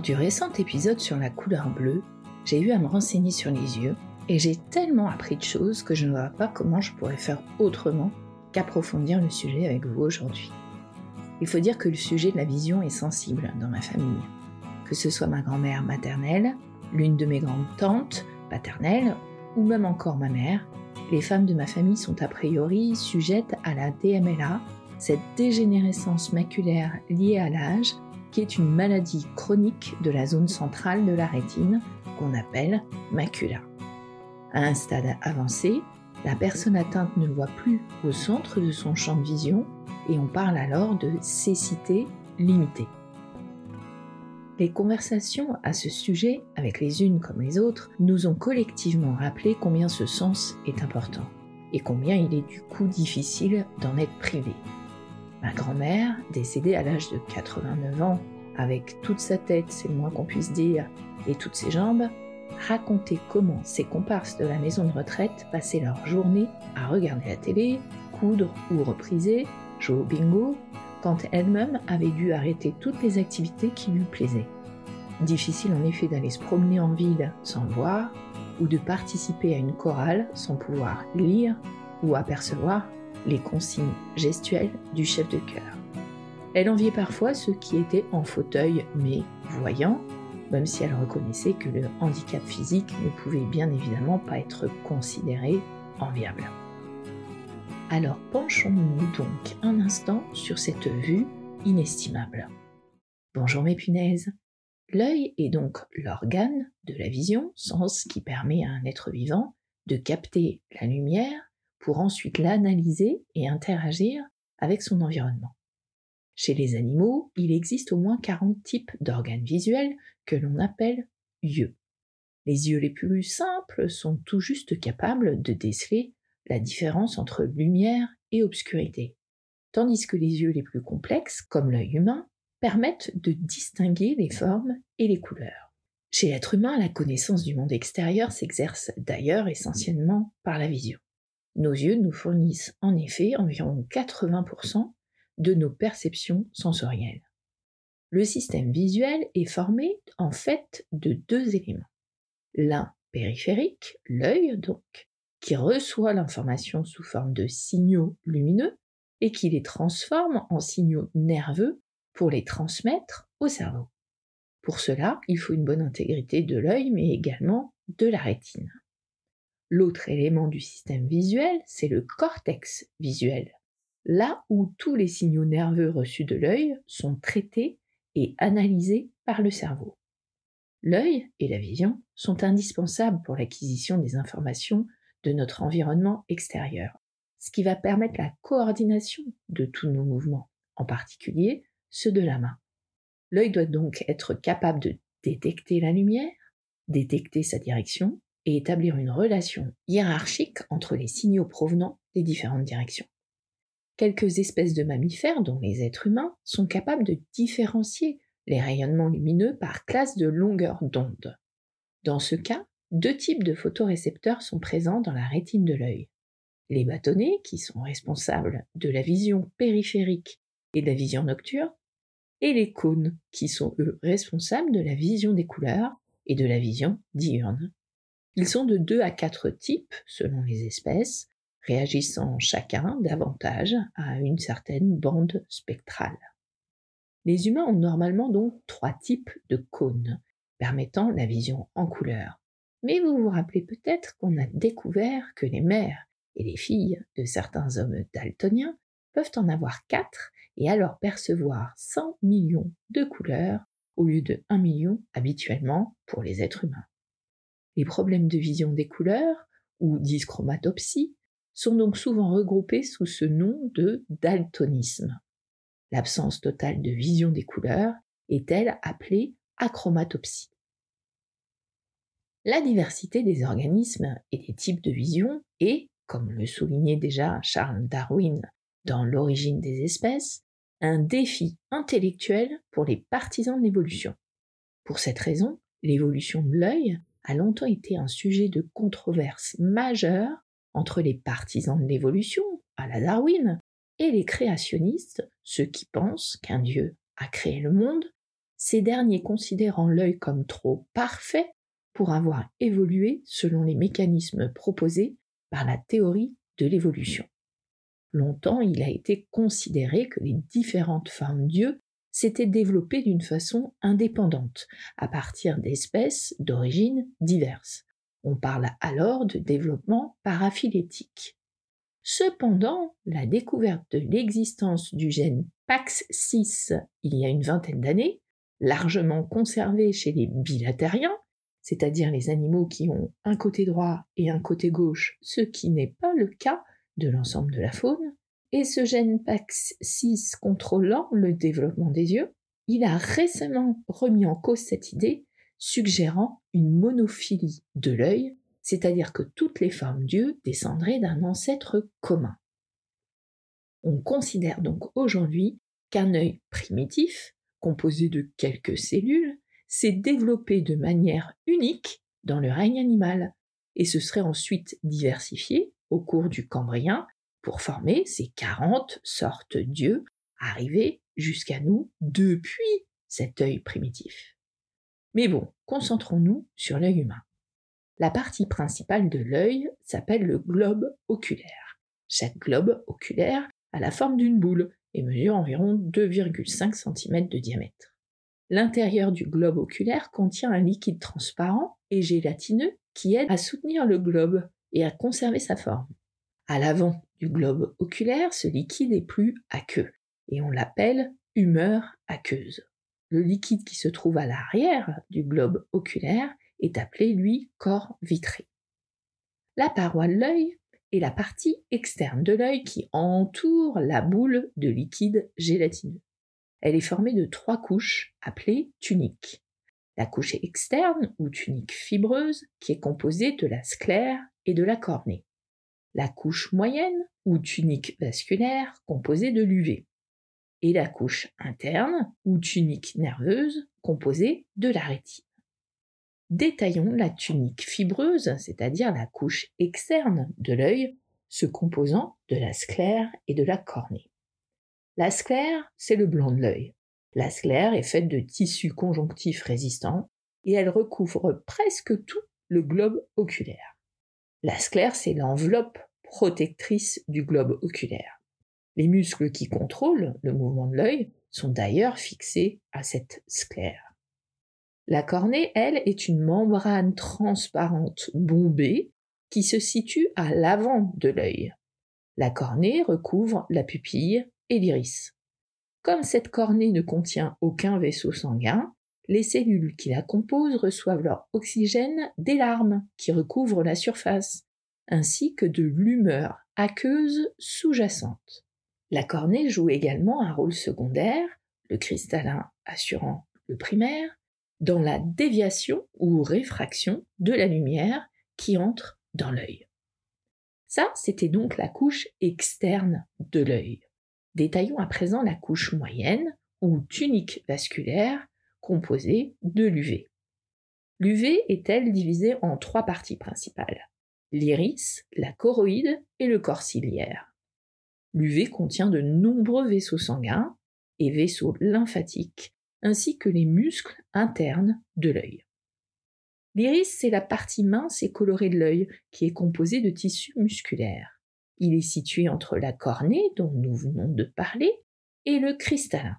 du récent épisode sur la couleur bleue, j'ai eu à me renseigner sur les yeux et j'ai tellement appris de choses que je ne vois pas comment je pourrais faire autrement qu'approfondir le sujet avec vous aujourd'hui. Il faut dire que le sujet de la vision est sensible dans ma famille. Que ce soit ma grand-mère maternelle, l'une de mes grandes tantes paternelles ou même encore ma mère, les femmes de ma famille sont a priori sujettes à la DMLA, cette dégénérescence maculaire liée à l'âge, qui est une maladie chronique de la zone centrale de la rétine, qu'on appelle macula. À un stade avancé, la personne atteinte ne voit plus au centre de son champ de vision et on parle alors de cécité limitée. Les conversations à ce sujet, avec les unes comme les autres, nous ont collectivement rappelé combien ce sens est important et combien il est du coup difficile d'en être privé. Ma grand-mère, décédée à l'âge de 89 ans, avec toute sa tête, c'est le moins qu'on puisse dire, et toutes ses jambes, racontait comment ses comparses de la maison de retraite passaient leur journée à regarder la télé, coudre ou repriser, jouer au bingo, quand elle-même avait dû arrêter toutes les activités qui lui plaisaient. Difficile en effet d'aller se promener en ville sans voir, ou de participer à une chorale sans pouvoir lire ou apercevoir les consignes gestuelles du chef de chœur. Elle enviait parfois ceux qui étaient en fauteuil mais voyants, même si elle reconnaissait que le handicap physique ne pouvait bien évidemment pas être considéré enviable. Alors penchons-nous donc un instant sur cette vue inestimable. Bonjour mes punaises. L'œil est donc l'organe de la vision, sens qui permet à un être vivant de capter la lumière pour ensuite l'analyser et interagir avec son environnement. Chez les animaux, il existe au moins 40 types d'organes visuels que l'on appelle yeux. Les yeux les plus simples sont tout juste capables de déceler la différence entre lumière et obscurité, tandis que les yeux les plus complexes, comme l'œil humain, permettent de distinguer les formes et les couleurs. Chez l'être humain, la connaissance du monde extérieur s'exerce d'ailleurs essentiellement par la vision. Nos yeux nous fournissent en effet environ 80% de nos perceptions sensorielles. Le système visuel est formé en fait de deux éléments. L'un périphérique, l'œil donc, qui reçoit l'information sous forme de signaux lumineux et qui les transforme en signaux nerveux pour les transmettre au cerveau. Pour cela, il faut une bonne intégrité de l'œil mais également de la rétine. L'autre élément du système visuel, c'est le cortex visuel, là où tous les signaux nerveux reçus de l'œil sont traités et analysés par le cerveau. L'œil et la vision sont indispensables pour l'acquisition des informations de notre environnement extérieur, ce qui va permettre la coordination de tous nos mouvements, en particulier ceux de la main. L'œil doit donc être capable de détecter la lumière, détecter sa direction et établir une relation hiérarchique entre les signaux provenant des différentes directions. Quelques espèces de mammifères, dont les êtres humains, sont capables de différencier les rayonnements lumineux par classe de longueur d'onde. Dans ce cas, deux types de photorécepteurs sont présents dans la rétine de l'œil. Les bâtonnets, qui sont responsables de la vision périphérique et de la vision nocturne, et les cônes, qui sont eux responsables de la vision des couleurs et de la vision diurne. Ils sont de 2 à 4 types, selon les espèces, réagissant chacun davantage à une certaine bande spectrale. Les humains ont normalement donc 3 types de cônes, permettant la vision en couleur. Mais vous vous rappelez peut-être qu'on a découvert que les mères et les filles de certains hommes daltoniens peuvent en avoir 4 et alors percevoir 100 millions de couleurs au lieu de 1 million habituellement pour les êtres humains. Les problèmes de vision des couleurs, ou dyschromatopsie, sont donc souvent regroupés sous ce nom de daltonisme. L'absence totale de vision des couleurs est, elle, appelée achromatopsie. La diversité des organismes et des types de vision est, comme le soulignait déjà Charles Darwin dans L'origine des espèces, un défi intellectuel pour les partisans de l'évolution. Pour cette raison, l'évolution de l'œil a longtemps été un sujet de controverse majeure entre les partisans de l'évolution, à la Darwin, et les créationnistes, ceux qui pensent qu'un dieu a créé le monde, ces derniers considérant l'œil comme trop parfait pour avoir évolué selon les mécanismes proposés par la théorie de l'évolution. Longtemps, il a été considéré que les différentes formes d'yeux s'étaient développées d'une façon indépendante, à partir d'espèces d'origines diverses. On parle alors de développement paraphylétique. Cependant, la découverte de l'existence du gène PAX6 il y a une vingtaine d'années, largement conservé chez les bilatériens, c'est-à-dire les animaux qui ont un côté droit et un côté gauche, ce qui n'est pas le cas de l'ensemble de la faune, et ce gène PAX6 contrôlant le développement des yeux, il a récemment remis en cause cette idée, suggérant une monophylie de l'œil, c'est-à-dire que toutes les formes d'yeux descendraient d'un ancêtre commun. On considère donc aujourd'hui qu'un œil primitif, composé de quelques cellules, s'est développé de manière unique dans le règne animal, et se serait ensuite diversifié au cours du Cambrien pour former ces 40 sortes d'yeux arrivés jusqu'à nous depuis cet œil primitif. Mais bon, concentrons-nous sur l'œil humain. La partie principale de l'œil s'appelle le globe oculaire. Chaque globe oculaire a la forme d'une boule et mesure environ 2,5 cm de diamètre. L'intérieur du globe oculaire contient un liquide transparent et gélatineux qui aide à soutenir le globe et à conserver sa forme. À l'avant du globe oculaire, ce liquide est plus aqueux et on l'appelle humeur aqueuse. Le liquide qui se trouve à l'arrière du globe oculaire est appelé, lui, corps vitré. La paroi de l'œil est la partie externe de l'œil qui entoure la boule de liquide gélatineux. Elle est formée de 3 couches appelées tuniques. La couche externe ou tunique fibreuse qui est composée de la sclère et de la cornée. La couche moyenne ou tunique vasculaire composée de l'UV. Et la couche interne ou tunique nerveuse composée de la rétine. Détaillons la tunique fibreuse, c'est-à-dire la couche externe de l'œil, se composant de la sclère et de la cornée. La sclère, c'est le blanc de l'œil. La sclère est faite de tissus conjonctifs résistants et elle recouvre presque tout le globe oculaire. La sclère, c'est l'enveloppe protectrice du globe oculaire. Les muscles qui contrôlent le mouvement de l'œil sont d'ailleurs fixés à cette sclère. La cornée, elle, est une membrane transparente bombée qui se situe à l'avant de l'œil. La cornée recouvre la pupille et l'iris. Comme cette cornée ne contient aucun vaisseau sanguin, les cellules qui la composent reçoivent leur oxygène des larmes qui recouvrent la surface, ainsi que de l'humeur aqueuse sous-jacente. La cornée joue également un rôle secondaire, le cristallin assurant le primaire, dans la déviation ou réfraction de la lumière qui entre dans l'œil. Ça, c'était donc la couche externe de l'œil. Détaillons à présent la couche moyenne ou tunique vasculaire composée de l'UV. L'UV est, elle, divisée en 3 parties principales: l'iris, la choroïde et le corps ciliaire. L'UV contient de nombreux vaisseaux sanguins et vaisseaux lymphatiques, ainsi que les muscles internes de l'œil. L'iris, c'est la partie mince et colorée de l'œil, qui est composée de tissus musculaires. Il est situé entre la cornée, dont nous venons de parler, et le cristallin.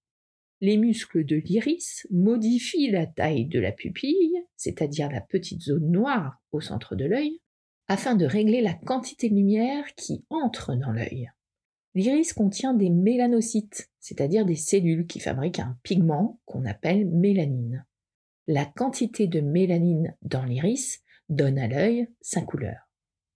Les muscles de l'iris modifient la taille de la pupille, c'est-à-dire la petite zone noire au centre de l'œil, afin de régler la quantité de lumière qui entre dans l'œil. L'iris contient des mélanocytes, c'est-à-dire des cellules qui fabriquent un pigment qu'on appelle mélanine. La quantité de mélanine dans l'iris donne à l'œil sa couleur.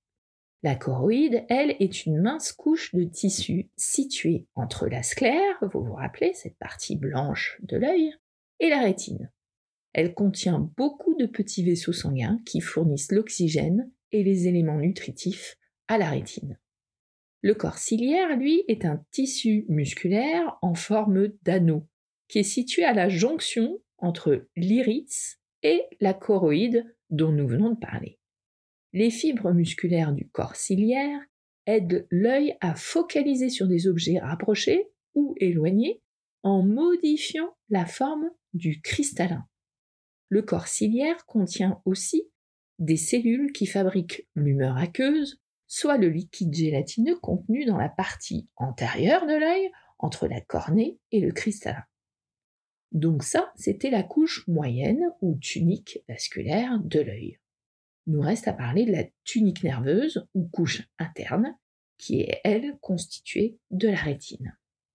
La choroïde, elle, est une mince couche de tissu située entre la sclère, vous vous rappelez, cette partie blanche de l'œil, et la rétine. Elle contient beaucoup de petits vaisseaux sanguins qui fournissent l'oxygène et les éléments nutritifs à la rétine. Le corps ciliaire, lui, est un tissu musculaire en forme d'anneau, qui est situé à la jonction entre l'iris et la choroïde dont nous venons de parler. Les fibres musculaires du corps ciliaire aident l'œil à focaliser sur des objets rapprochés ou éloignés en modifiant la forme du cristallin. Le corps ciliaire contient aussi des cellules qui fabriquent l'humeur aqueuse, soit le liquide gélatineux contenu dans la partie antérieure de l'œil, entre la cornée et le cristallin. Donc ça, c'était la couche moyenne ou tunique vasculaire de l'œil. Nous reste à parler de la tunique nerveuse ou couche interne, qui est, elle, constituée de la rétine.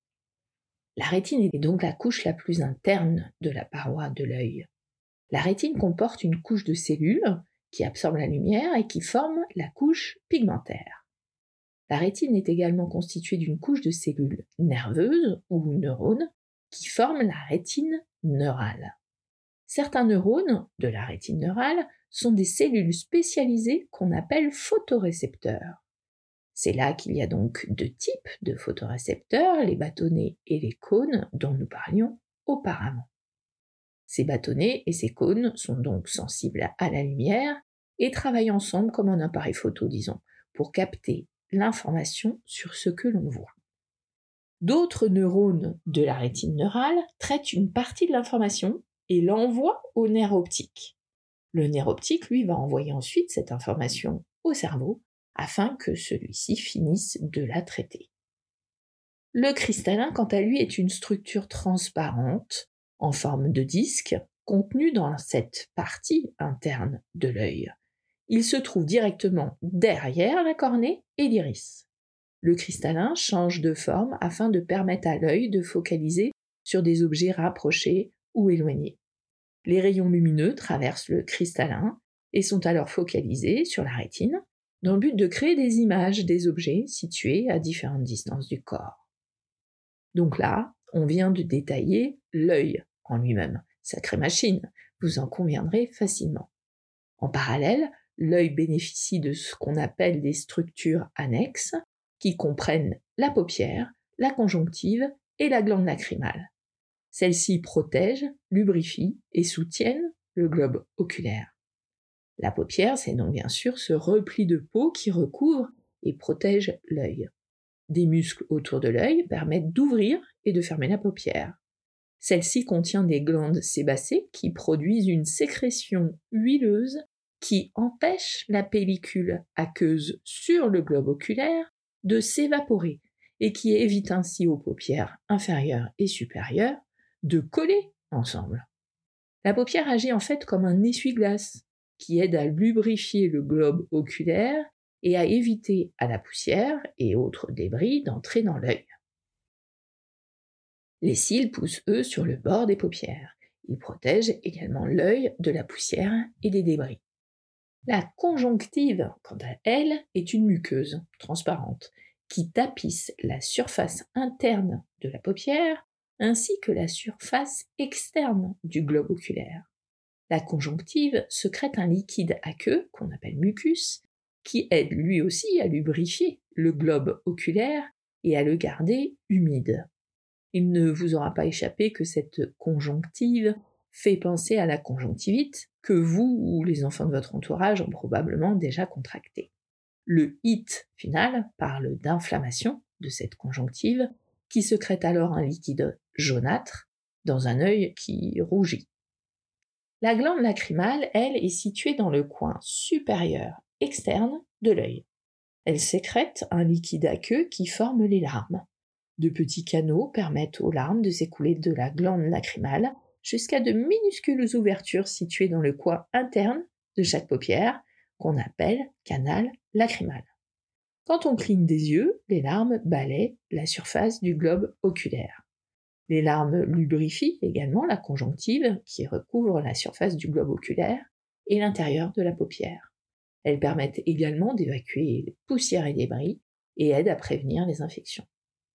La rétine est donc la couche la plus interne de la paroi de l'œil. La rétine comporte une couche de cellules qui absorbent la lumière et qui forment la couche pigmentaire. La rétine est également constituée d'une couche de cellules nerveuses ou neurones qui forment la rétine neurale. Certains neurones de la rétine neurale sont des cellules spécialisées qu'on appelle photorécepteurs. C'est là qu'il y a donc deux types de photorécepteurs, les bâtonnets et les cônes dont nous parlions auparavant. Ces bâtonnets et ces cônes sont donc sensibles à la lumière et travaillent ensemble comme un appareil photo, disons, pour capter l'information sur ce que l'on voit. D'autres neurones de la rétine neurale traitent une partie de l'information et l'envoient au nerf optique. Le nerf optique, lui, va envoyer ensuite cette information au cerveau afin que celui-ci finisse de la traiter. Le cristallin, quant à lui, est une structure transparente en forme de disque contenue dans cette partie interne de l'œil. Il se trouve directement derrière la cornée et l'iris. Le cristallin change de forme afin de permettre à l'œil de focaliser sur des objets rapprochés ou éloignés. Les rayons lumineux traversent le cristallin et sont alors focalisés sur la rétine dans le but de créer des images des objets situés à différentes distances du corps. Donc là, on vient de détailler l'œil en lui-même. Sacrée machine, vous en conviendrez facilement. En parallèle, l'œil bénéficie de ce qu'on appelle des structures annexes qui comprennent la paupière, la conjonctive et la glande lacrymale. Celles-ci protègent, lubrifient et soutiennent le globe oculaire. La paupière, c'est donc bien sûr ce repli de peau qui recouvre et protège l'œil. Des muscles autour de l'œil permettent d'ouvrir et de fermer la paupière. Celle-ci contient des glandes sébacées qui produisent une sécrétion huileuse qui empêche la pellicule aqueuse sur le globe oculaire de s'évaporer et qui évite ainsi aux paupières inférieures et supérieures de coller ensemble. La paupière agit en fait comme un essuie-glace qui aide à lubrifier le globe oculaire et à éviter à la poussière et autres débris d'entrer dans l'œil. Les cils poussent, eux, sur le bord des paupières. Ils protègent également l'œil de la poussière et des débris. La conjonctive, quant à elle, est une muqueuse transparente qui tapisse la surface interne de la paupière ainsi que la surface externe du globe oculaire. La conjonctive sécrète un liquide aqueux, qu'on appelle mucus, qui aide lui aussi à lubrifier le globe oculaire et à le garder humide. Il ne vous aura pas échappé que cette conjonctive fait penser à la conjonctivite que vous ou les enfants de votre entourage ont probablement déjà contracté. Le HIT final parle d'inflammation de cette conjonctive qui sécrète alors un liquide jaunâtre dans un œil qui rougit. La glande lacrymale, elle, est située dans le coin supérieur externe de l'œil. Elle sécrète un liquide aqueux qui forme les larmes. De petits canaux permettent aux larmes de s'écouler de la glande lacrymale jusqu'à de minuscules ouvertures situées dans le coin interne de chaque paupière, qu'on appelle canal lacrymal. Quand on cligne des yeux, les larmes balaient la surface du globe oculaire. Les larmes lubrifient également la conjonctive qui recouvre la surface du globe oculaire et l'intérieur de la paupière. Elles permettent également d'évacuer les poussières et débris et aident à prévenir les infections.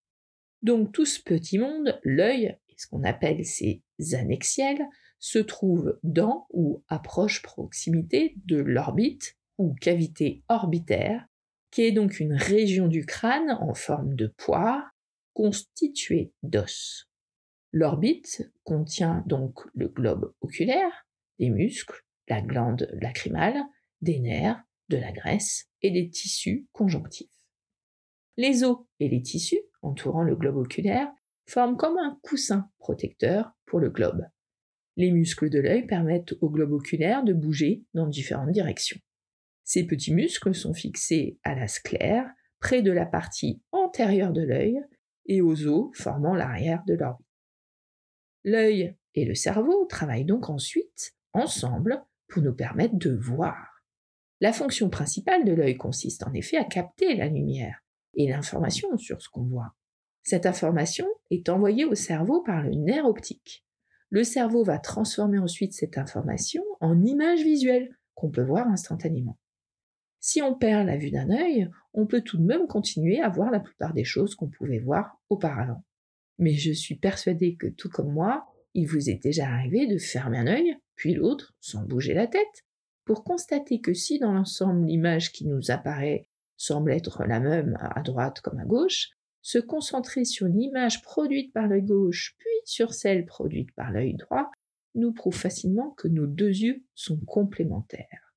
Donc tout ce petit monde, l'œil, et ce qu'on appelle ses annexiels, se trouve dans ou à proche proximité de l'orbite ou cavité orbitaire, qui est donc une région du crâne en forme de poire constituée d'os. L'orbite contient donc le globe oculaire, des muscles, la glande lacrymale, des nerfs, de la graisse et des tissus conjonctifs. Les os et les tissus entourant le globe oculaire forment comme un coussin protecteur pour le globe. Les muscles de l'œil permettent au globe oculaire de bouger dans différentes directions. Ces petits muscles sont fixés à la sclère, près de la partie antérieure de l'œil, et aux os formant l'arrière de l'orbite. L'œil et le cerveau travaillent donc ensuite ensemble pour nous permettre de voir. La fonction principale de l'œil consiste en effet à capter la lumière et l'information sur ce qu'on voit. Cette information est envoyée au cerveau par le nerf optique. Le cerveau va transformer ensuite cette information en images visuelles qu'on peut voir instantanément. Si on perd la vue d'un œil, on peut tout de même continuer à voir la plupart des choses qu'on pouvait voir auparavant. Mais je suis persuadée que tout comme moi, il vous est déjà arrivé de fermer un œil, puis l'autre, sans bouger la tête, pour constater que si dans l'ensemble l'image qui nous apparaît semble être la même à droite comme à gauche, se concentrer sur l'image produite par l'œil gauche, puis sur celle produite par l'œil droit, nous prouve facilement que nos deux yeux sont complémentaires.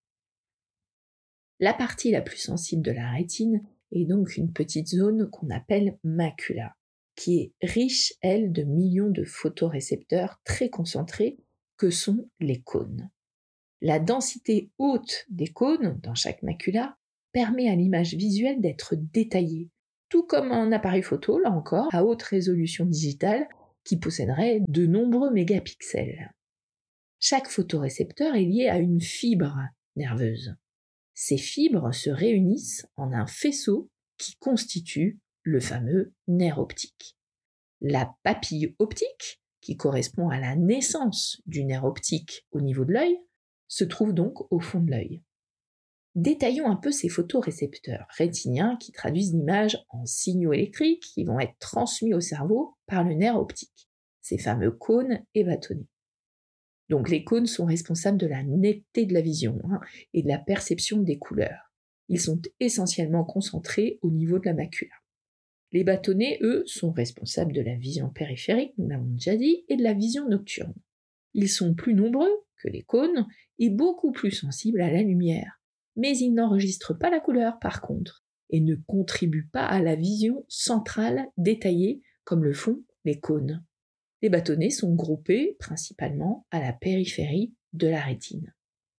La partie la plus sensible de la rétine est donc une petite zone qu'on appelle macula, qui est riche, elle, de millions de photorécepteurs très concentrés que sont les cônes. La densité haute des cônes dans chaque macula permet à l'image visuelle d'être détaillée, tout comme un appareil photo, là encore, à haute résolution digitale qui posséderait de nombreux mégapixels. Chaque photorécepteur est lié à une fibre nerveuse. Ces fibres se réunissent en un faisceau qui constitue le fameux nerf optique. La papille optique, qui correspond à la naissance du nerf optique au niveau de l'œil, se trouve donc au fond de l'œil. Détaillons un peu ces photorécepteurs rétiniens qui traduisent l'image en signaux électriques qui vont être transmis au cerveau par le nerf optique, ces fameux cônes et bâtonnets. Donc les cônes sont responsables de la netteté de la vision et de la perception des couleurs. Ils sont essentiellement concentrés au niveau de la macula. Les bâtonnets, eux, sont responsables de la vision périphérique, nous l'avons déjà dit, et de la vision nocturne. Ils sont plus nombreux que les cônes et beaucoup plus sensibles à la lumière, mais ils n'enregistrent pas la couleur par contre, et ne contribuent pas à la vision centrale détaillée comme le font les cônes. Les bâtonnets sont groupés principalement à la périphérie de la rétine.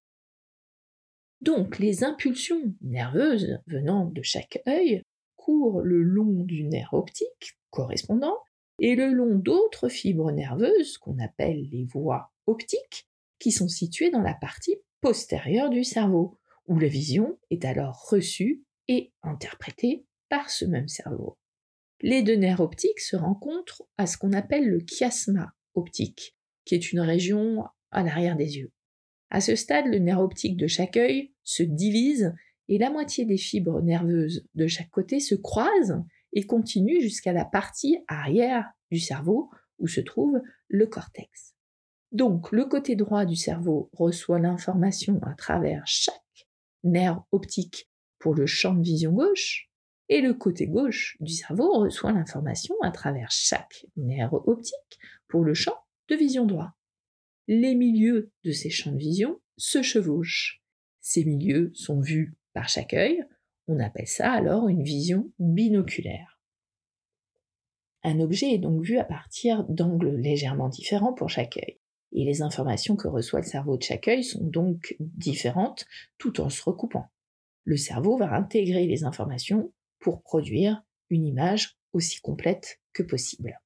Donc les impulsions nerveuses venant de chaque œil courent le long du nerf optique correspondant et le long d'autres fibres nerveuses qu'on appelle les voies optiques qui sont situées dans la partie postérieure du cerveau où la vision est alors reçue et interprétée par ce même cerveau. Les deux nerfs optiques se rencontrent à ce qu'on appelle le chiasma optique, qui est une région à l'arrière des yeux. À ce stade, le nerf optique de chaque œil se divise et la moitié des fibres nerveuses de chaque côté se croisent et continuent jusqu'à la partie arrière du cerveau où se trouve le cortex. Donc, le côté droit du cerveau reçoit l'information à travers chaque nerf optique pour le champ de vision gauche, et le côté gauche du cerveau reçoit l'information à travers chaque nerf optique pour le champ de vision droit. Les milieux de ces champs de vision se chevauchent. Ces milieux sont vus par chaque œil, on appelle ça alors une vision binoculaire. Un objet est donc vu à partir d'angles légèrement différents pour chaque œil, et les informations que reçoit le cerveau de chaque œil sont donc différentes tout en se recoupant. Le cerveau va intégrer les informations pour produire une image aussi complète que possible.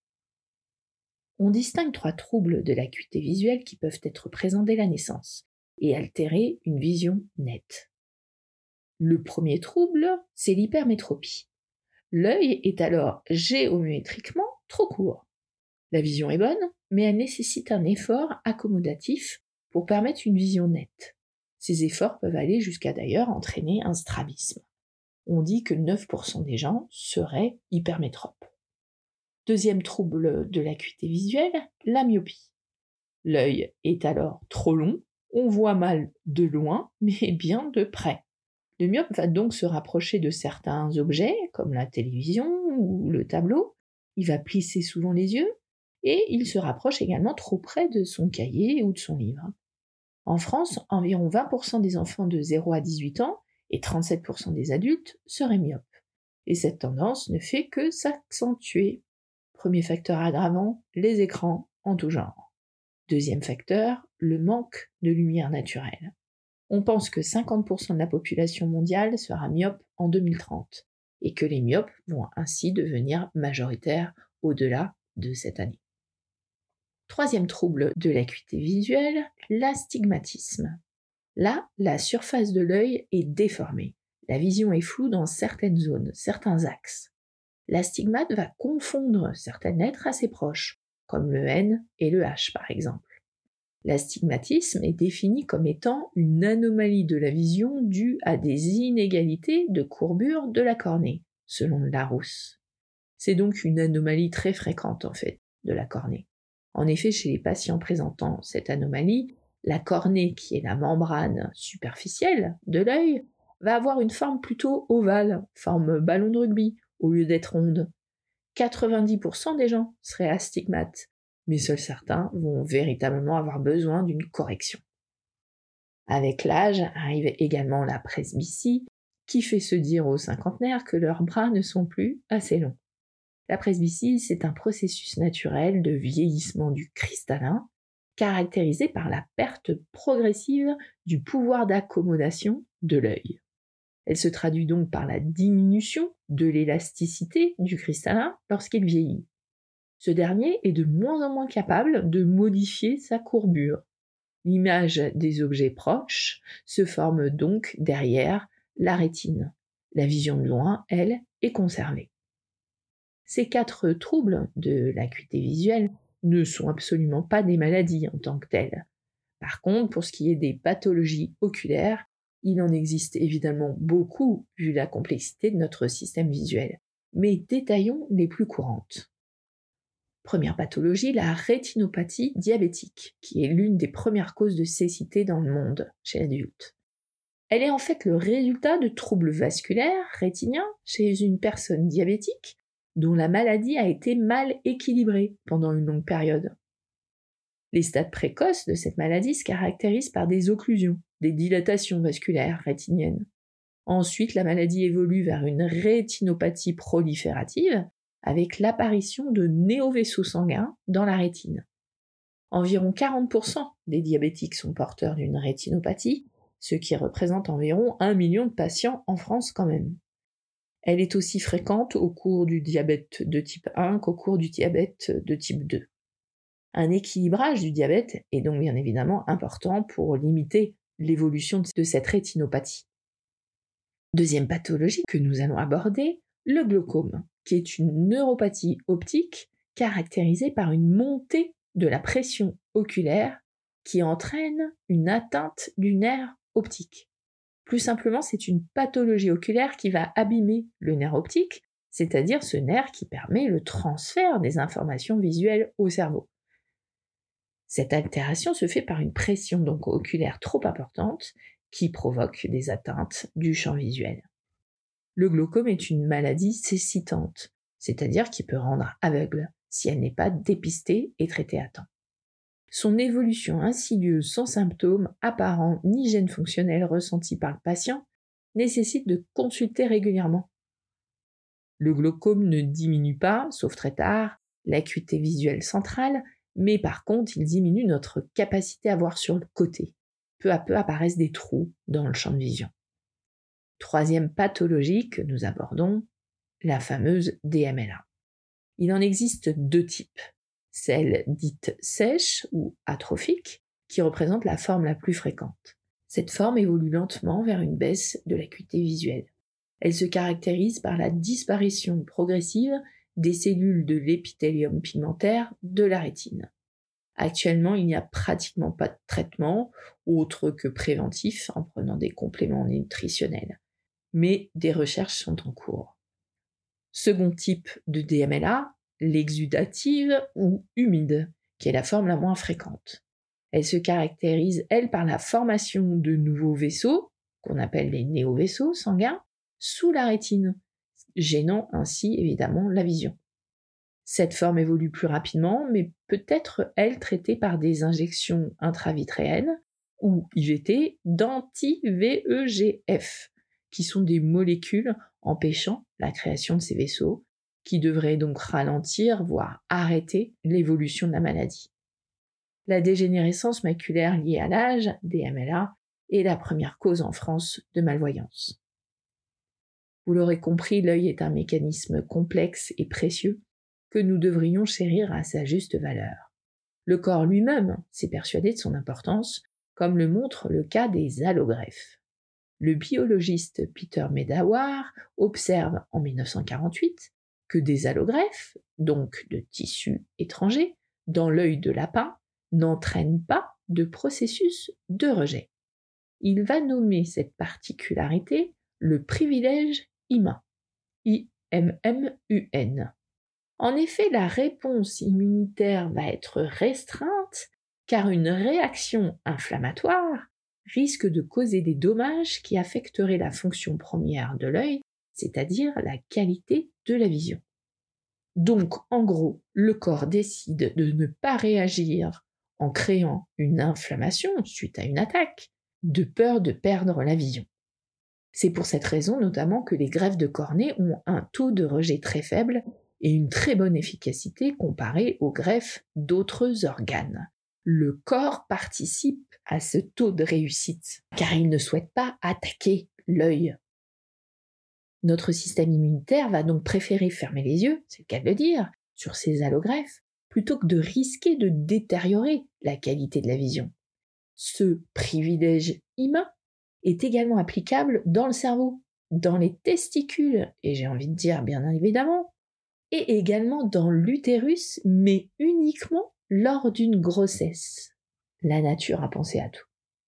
On distingue 3 troubles de l'acuité visuelle qui peuvent être présents dès la naissance et altérer une vision nette. Le premier trouble, c'est l'hypermétropie. L'œil est alors géométriquement trop court. La vision est bonne, mais elle nécessite un effort accommodatif pour permettre une vision nette. Ces efforts peuvent aller jusqu'à d'ailleurs entraîner un strabisme. On dit que 9% des gens seraient hypermétropes. Deuxième trouble de l'acuité visuelle, la myopie. L'œil est alors trop long, on voit mal de loin, mais bien de près. Le myope va donc se rapprocher de certains objets, comme la télévision ou le tableau, il va plisser souvent les yeux, et il se rapproche également trop près de son cahier ou de son livre. En France, environ 20% des enfants de 0 à 18 ans et 37% des adultes seraient myopes. Et cette tendance ne fait que s'accentuer. Premier facteur aggravant, les écrans en tout genre. Deuxième facteur, le manque de lumière naturelle. On pense que 50% de la population mondiale sera myope en 2030 et que les myopes vont ainsi devenir majoritaires au-delà de cette année. Troisième trouble de l'acuité visuelle, l'astigmatisme. Là, la surface de l'œil est déformée. La vision est floue dans certaines zones, certains axes. L'astigmate va confondre certaines lettres assez proches, comme le N et le H par exemple. L'astigmatisme est défini comme étant une anomalie de la vision due à des inégalités de courbure de la cornée, selon Larousse. C'est donc une anomalie très fréquente en fait de la cornée. En effet, chez les patients présentant cette anomalie, la cornée, qui est la membrane superficielle de l'œil, va avoir une forme plutôt ovale, forme ballon de rugby, au lieu d'être ronde. 90% des gens seraient astigmates, mais seuls certains vont véritablement avoir besoin d'une correction. Avec l'âge arrive également la presbytie, qui fait se dire aux cinquantenaires que leurs bras ne sont plus assez longs. La presbytie, c'est un processus naturel de vieillissement du cristallin, caractérisé par la perte progressive du pouvoir d'accommodation de l'œil. Elle se traduit donc par la diminution de l'élasticité du cristallin lorsqu'il vieillit. Ce dernier est de moins en moins capable de modifier sa courbure. L'image des objets proches se forme donc derrière la rétine. La vision de loin, elle, est conservée. Ces 4 troubles de l'acuité visuelle ne sont absolument pas des maladies en tant que telles. Par contre, pour ce qui est des pathologies oculaires, il en existe évidemment beaucoup vu la complexité de notre système visuel. Mais détaillons les plus courantes. Première pathologie, la rétinopathie diabétique, qui est l'une des premières causes de cécité dans le monde chez l'adulte. Elle est en fait le résultat de troubles vasculaires rétiniens chez une personne diabétique dont la maladie a été mal équilibrée pendant une longue période. Les stades précoces de cette maladie se caractérisent par des occlusions, des dilatations vasculaires rétiniennes. Ensuite, la maladie évolue vers une rétinopathie proliférative avec l'apparition de néovaisseaux sanguins dans la rétine. Environ 40% des diabétiques sont porteurs d'une rétinopathie, ce qui représente environ 1 million de patients en France quand même. Elle est aussi fréquente au cours du diabète de type 1 qu'au cours du diabète de type 2. Un équilibrage du diabète est donc bien évidemment important pour limiter l'évolution de cette rétinopathie. Deuxième pathologie que nous allons aborder, le glaucome, qui est une neuropathie optique caractérisée par une montée de la pression oculaire qui entraîne une atteinte du nerf optique. Plus simplement, c'est une pathologie oculaire qui va abîmer le nerf optique, c'est-à-dire ce nerf qui permet le transfert des informations visuelles au cerveau. Cette altération se fait par une pression donc oculaire trop importante qui provoque des atteintes du champ visuel. Le glaucome est une maladie cécitante, c'est-à-dire qui peut rendre aveugle si elle n'est pas dépistée et traitée à temps. Son évolution insidieuse sans symptômes apparents ni gêne fonctionnelle ressentis par le patient nécessite de consulter régulièrement. Le glaucome ne diminue pas, sauf très tard, l'acuité visuelle centrale, mais par contre, il diminue notre capacité à voir sur le côté. Peu à peu apparaissent des trous dans le champ de vision. Troisième pathologie que nous abordons, la fameuse DMLA. Il en existe 2 types. Celle dite sèche ou atrophique, qui représente la forme la plus fréquente. Cette forme évolue lentement vers une baisse de l'acuité visuelle. Elle se caractérise par la disparition progressive des cellules de l'épithélium pigmentaire de la rétine. Actuellement, il n'y a pratiquement pas de traitement autre que préventif en prenant des compléments nutritionnels. Mais des recherches sont en cours. Second type de DMLA, l'exudative ou humide, qui est la forme la moins fréquente. Elle se caractérise, elle, par la formation de nouveaux vaisseaux, qu'on appelle les néovaisseaux sanguins, sous la rétine, gênant ainsi évidemment la vision. Cette forme évolue plus rapidement, mais peut être, elle, traitée par des injections intravitréennes ou IVT d'anti-VEGF, qui sont des molécules empêchant la création de ces vaisseaux, qui devraient donc ralentir, voire arrêter l'évolution de la maladie. La dégénérescence maculaire liée à l'âge, DMLA, est la première cause en France de malvoyance. Vous l'aurez compris, l'œil est un mécanisme complexe et précieux que nous devrions chérir à sa juste valeur. Le corps lui-même s'est persuadé de son importance, comme le montre le cas des allogreffes. Le biologiste Peter Medawar observe en 1948 que des allogreffes, donc de tissus étrangers, dans l'œil de lapin, n'entraînent pas de processus de rejet. Il va nommer cette particularité le privilège IMMUN, IMMUN. En effet, la réponse immunitaire va être restreinte car une réaction inflammatoire risque de causer des dommages qui affecteraient la fonction première de l'œil, c'est-à-dire la qualité de la vision. Donc, en gros, le corps décide de ne pas réagir en créant une inflammation suite à une attaque, de peur de perdre la vision. C'est pour cette raison notamment que les greffes de cornée ont un taux de rejet très faible et une très bonne efficacité comparée aux greffes d'autres organes. Le corps participe à ce taux de réussite, car il ne souhaite pas attaquer l'œil. Notre système immunitaire va donc préférer fermer les yeux, c'est le cas de le dire, sur ces allogreffes, plutôt que de risquer de détériorer la qualité de la vision. Ce privilège IMMUN est également applicable dans le cerveau, dans les testicules, et j'ai envie de dire bien évidemment, et également dans l'utérus, mais uniquement lors d'une grossesse. La nature a pensé à tout.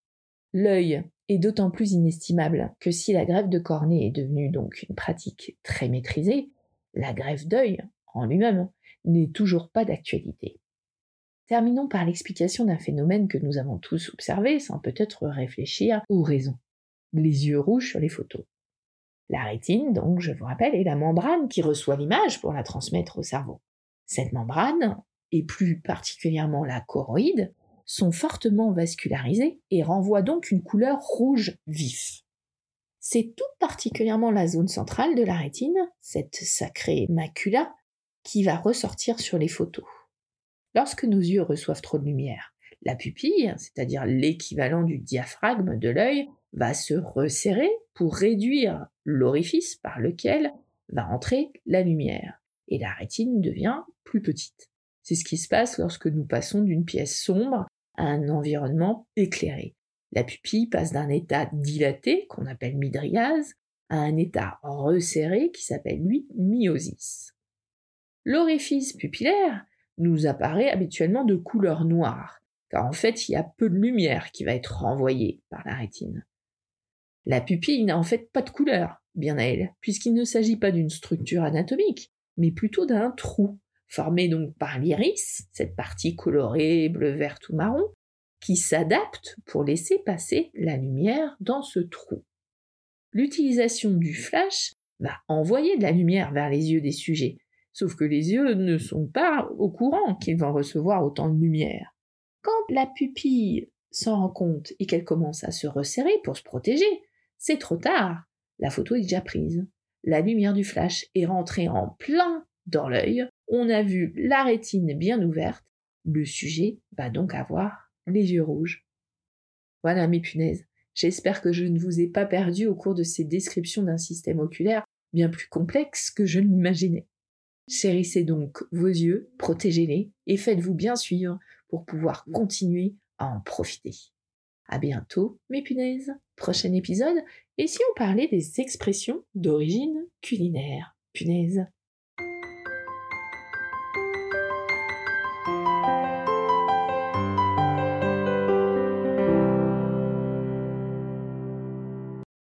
L'œil est d'autant plus inestimable que si la greffe de cornée est devenue donc une pratique très maîtrisée, la greffe d'œil, en lui-même, n'est toujours pas d'actualité. Terminons par l'explication d'un phénomène que nous avons tous observé sans peut-être réfléchir aux raisons. Les yeux rouges sur les photos. La rétine, donc, je vous rappelle, est la membrane qui reçoit l'image pour la transmettre au cerveau. Cette membrane, et plus particulièrement la choroïde, sont fortement vascularisées et renvoient donc une couleur rouge vif. C'est tout particulièrement la zone centrale de la rétine, cette sacrée macula, qui va ressortir sur les photos. Lorsque nos yeux reçoivent trop de lumière, la pupille, c'est-à-dire l'équivalent du diaphragme de l'œil, va se resserrer pour réduire l'orifice par lequel va entrer la lumière, et la rétine devient plus petite. C'est ce qui se passe lorsque nous passons d'une pièce sombre à un environnement éclairé. La pupille passe d'un état dilaté, qu'on appelle mydriase, à un état resserré qui s'appelle lui myosis. L'orifice pupillaire nous apparaît habituellement de couleur noire, car en fait il y a peu de lumière qui va être renvoyée par la rétine. La pupille n'a en fait pas de couleur, bien à elle, puisqu'il ne s'agit pas d'une structure anatomique, mais plutôt d'un trou, formé donc par l'iris, cette partie colorée bleu, verte ou marron, qui s'adapte pour laisser passer la lumière dans ce trou. L'utilisation du flash va envoyer de la lumière vers les yeux des sujets, sauf que les yeux ne sont pas au courant qu'ils vont recevoir autant de lumière. Quand la pupille s'en rend compte et qu'elle commence à se resserrer pour se protéger, c'est trop tard. La photo est déjà prise. La lumière du flash est rentrée en plein dans l'œil. On a vu la rétine bien ouverte. Le sujet va donc avoir les yeux rouges. Voilà mes punaises. J'espère que je ne vous ai pas perdu au cours de ces descriptions d'un système oculaire bien plus complexe que je ne l'imaginais. Chérissez donc vos yeux, protégez-les et faites-vous bien suivre pour pouvoir continuer à en profiter. À bientôt, mes punaises. Prochain épisode, et si on parlait des expressions d'origine culinaire? Punaise.